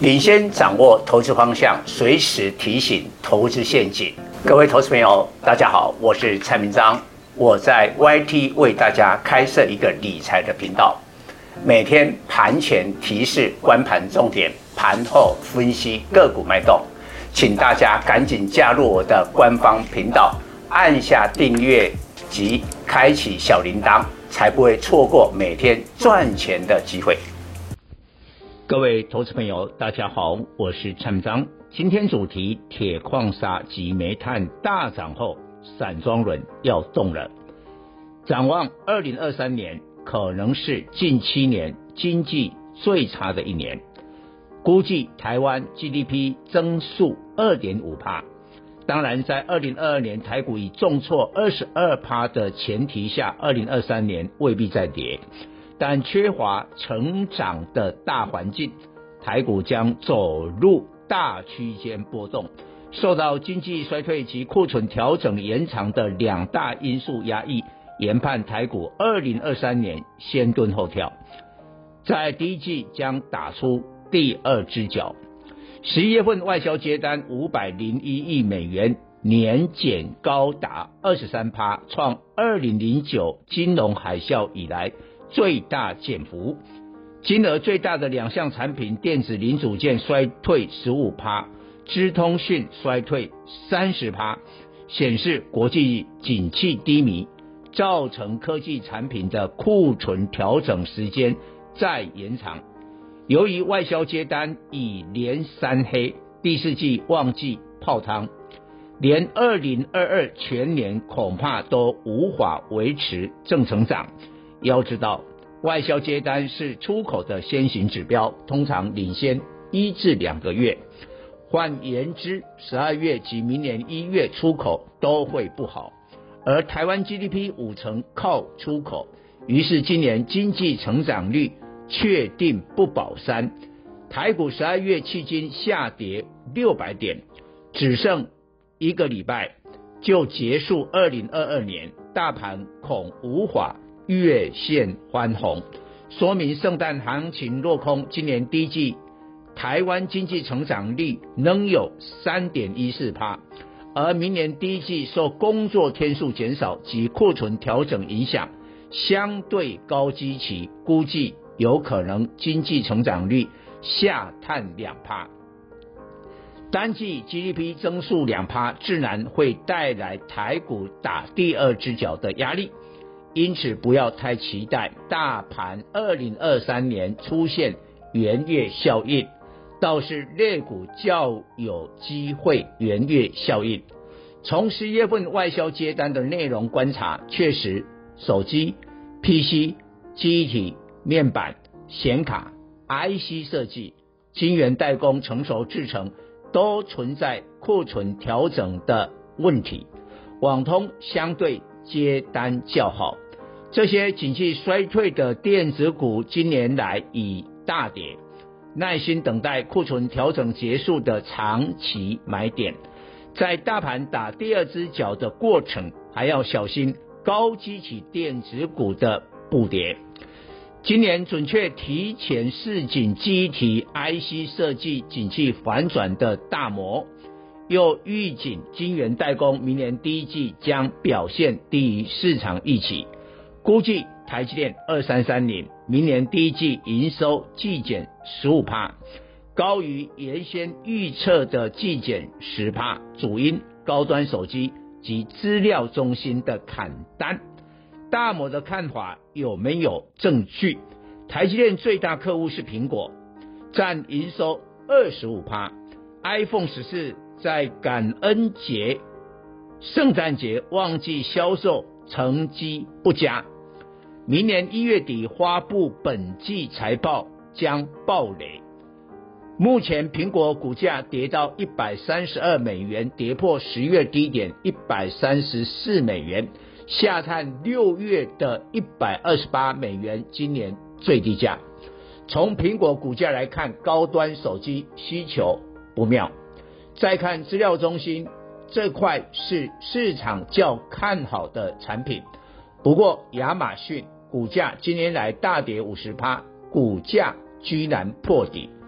领先掌握投资方向，随时提醒投资陷阱。各位投资朋友，大家好，我是蔡明彰，我在 YT 为大家开设一个理财的频道，每天盘前提示观盘重点，盘后分析个股脉动，请大家赶紧加入我的官方频道，按下订阅及开启小铃铛，才不会错过每天赚钱的机会。各位投资朋友，大家好，我是蔡明彰。今天主题：铁矿砂及煤炭大涨后，散装轮要动了。展望2023年，可能是近7年经济最差的一年。估计台湾 GDP 增速 2.5%。当然，在2022年台股已重挫 22% 的前提下，2023年未必再跌。但缺乏成长的大环境，台股将走入大区间波动，受到经济衰退及库存调整延长的2大因素压抑，研判台股2023年先蹲后跳，在第一季将打出第二只脚。11月份外销接单501亿美元，年减高达 23%， 创2009金融海啸以来最大减幅。金额最大的2项产品，电子零组件衰退 15%， 资通讯衰退 30%， 显示国际景气低迷，造成科技产品的库存调整时间再延长。由于外销接单已连3黑，第4季旺季泡汤，连2022全年恐怕都无法维持正成长。要知道，外销接单是出口的先行指标，通常领先1至2个月。换言之，12月及明年1月出口都会不好，而台湾 GDP 50%靠出口，于是今年经济成长率确定不保3。台股12月迄今下跌600点，只剩1个礼拜就结束2022年，大盘恐无法月线翻红，说明圣诞行情落空。今年第一季台湾经济成长率仍有 3.14%， 而明年第一季受工作天数减少及库存调整影响，相对高基期，估计有可能经济成长率下探 2%。 单季 GDP 增速 2%， 自然会带来台股打第二只脚的压力，因此不要太期待大盘2023年出现元月效应，倒是类股较有机会元月效应。从11月份外销接单的内容观察，确实手机、PC、记忆体、面板、显卡、IC 设计、晶圆代工、成熟制程都存在库存调整的问题，网通相对接单较好。这些景气衰退的电子股今年来已大跌，耐心等待库存调整结束的长期买点。在大盘打第二只脚的过程，还要小心高基期电子股的补跌。今年准确提前示警记忆体 IC 设计景气反转的大摩，又预警晶圆代工明年第一季将表现低于市场预期，估计台积电2330明年第一季营收季减 15%， 高于原先预测的季减 10%， 主因高端手机及资料中心的砍单。大摩的看法有没有证据？台积电最大客户是苹果，占营收 25%， iPhone 14在感恩节、圣诞节旺季销售成绩不佳，明年1月底发布本季财报将爆雷。目前苹果股价跌到132美元，跌破10月低点134美元，下探6月的128美元，今年最低价。从苹果股价来看，高端手机需求不妙。再看资料中心，这块是市场较看好的产品，不过亚马逊股价今年来大跌 50%， 股价居然破底。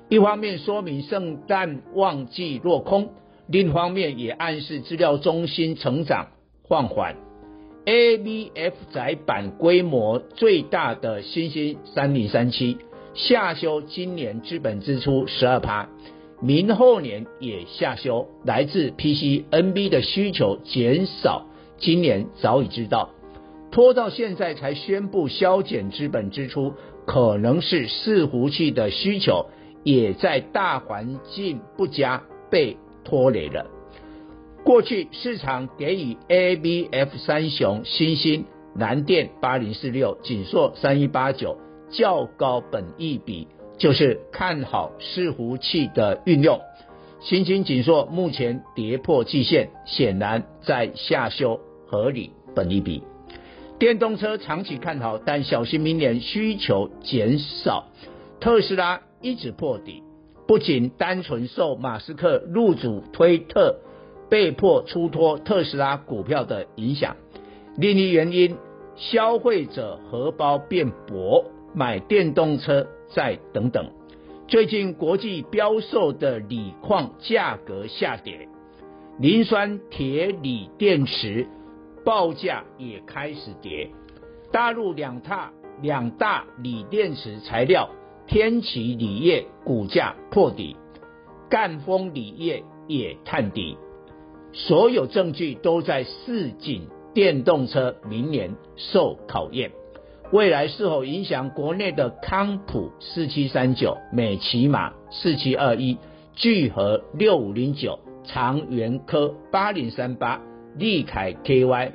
一方面说明圣诞旺季落空，另一方面也暗示资料中心成长放缓。ABF 载板规模最大的新兴3037下修今年资本支出 12%， 明后年也下修，来自 PC、NB 的需求减少，今年早已知道，拖到现在才宣布削减资本支出，可能是伺服器的需求也在大环境不佳被拖累了。过去市场给予 ABF 三雄新兴、南电8046、景硕3189较高本益比，就是看好伺服器的运用。新兴景硕目前跌破季线，显然在下修合理本益比。电动车长期看好，但小心明年需求减少。特斯拉一直破底，不仅单纯受马斯克入主推特被迫出脱特斯拉股票的影响，另一原因，消费者荷包变薄，买电动车再等等。最近国际标售的锂矿价格下跌，磷酸铁锂电池报价也开始跌。大陆两大锂电池材料天齐锂业股价破底，赣锋锂业也探底。所有证据都在示警电动车明年受考验，未来是否影响国内的康普4739、美骑马4721、聚合6509、长源科8038、利凯 KY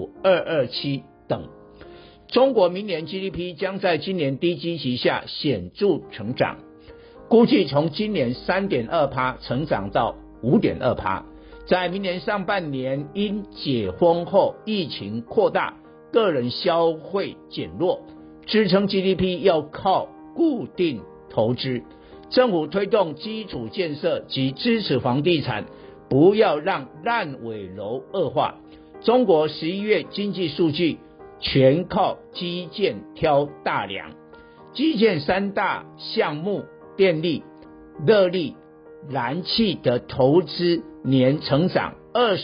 5227等。中国明年 GDP 将在今年低基期下显著成长，估计从今年 3.2% 成长到 5.2%。在明年上半年因解封后疫情扩大，个人消费减弱，支撑 GDP 要靠固定投资。政府推动基础建设及支持房地产，不要让烂尾楼恶化。中国11月经济数据全靠基建挑大梁，基建三大项目电力、热力、燃气的投资年成长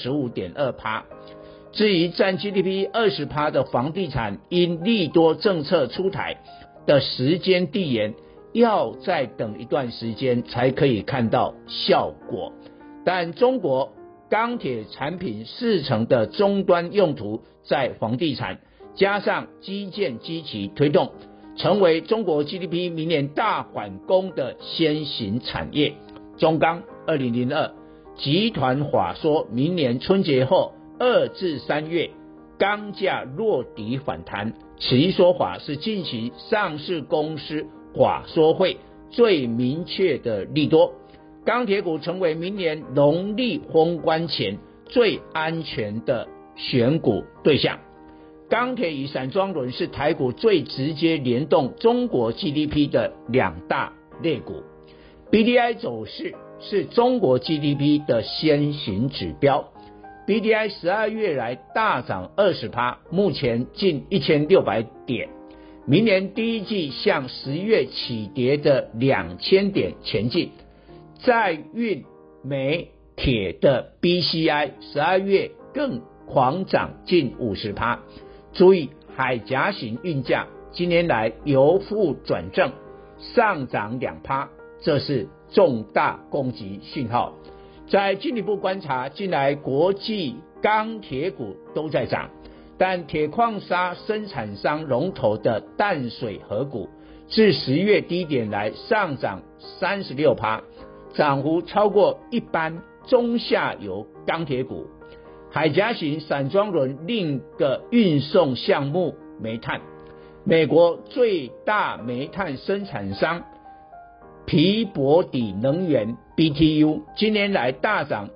25.2%。 至于占 GDP 20% 的房地产，因利多政策出台的时间递延，要再等一段时间才可以看到效果。但中国钢铁产品40%的终端用途在房地产，加上基建积极推动，成为中国 GDP 明年大反攻的先行产业。中钢2002集团法说，明年春节后2至3月钢价落底反弹，此一说法是近期上市公司法说会最明确的利多。钢铁股成为明年农历封关前最安全的选股对象。钢铁与散装轮是台股最直接联动中国 GDP 的两大类股。 BDI 走势是中国 GDP 的先行指标， BDI 12月来大涨 20%， 目前近1600点，明年第一季向10月起跌的2000点前进。载运煤铁的 BCI 12月更狂涨近 50%， 注意海峡型运价今年来由负转正，上涨 2%， 这是重大攻击讯号。再进一步观察，近来国际钢铁股都在涨，但铁矿砂生产商龙头的淡水河谷自10月低点来上涨 36%， 涨幅超过一般中下游钢铁股。海峡型散装轮另一个运送项目煤炭，美国最大煤炭生产商皮博底能源 BTU 今年来大涨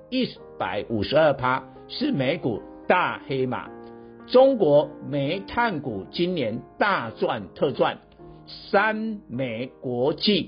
152%， 是美股大黑马。中国煤炭股今年大赚特赚，三煤国际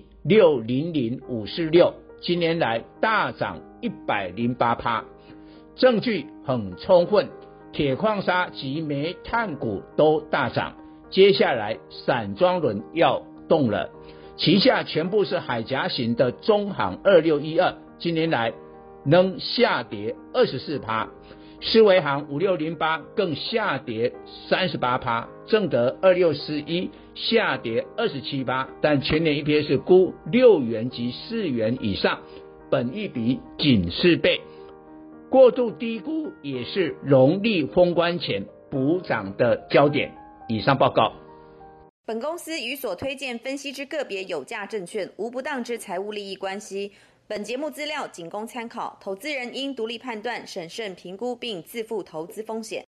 600546今年来大涨 108%， 证据很充分，铁矿砂及煤炭股都大涨，接下来散装轮要动了。 旗下全部是海峡型的中航2612，今年来仍下跌24%，思维航5608更下跌38%，正德2641下跌27%，但全年 EPS 估6元及4元以上，本益比仅4倍，过度低估也是农历封关前补涨的焦点。以上报告。 本公司与所推荐分析之个别有价证券无不当之财务利益关系。本节目资料仅供参考，投资人应独立判断、审慎评估并自负投资风险。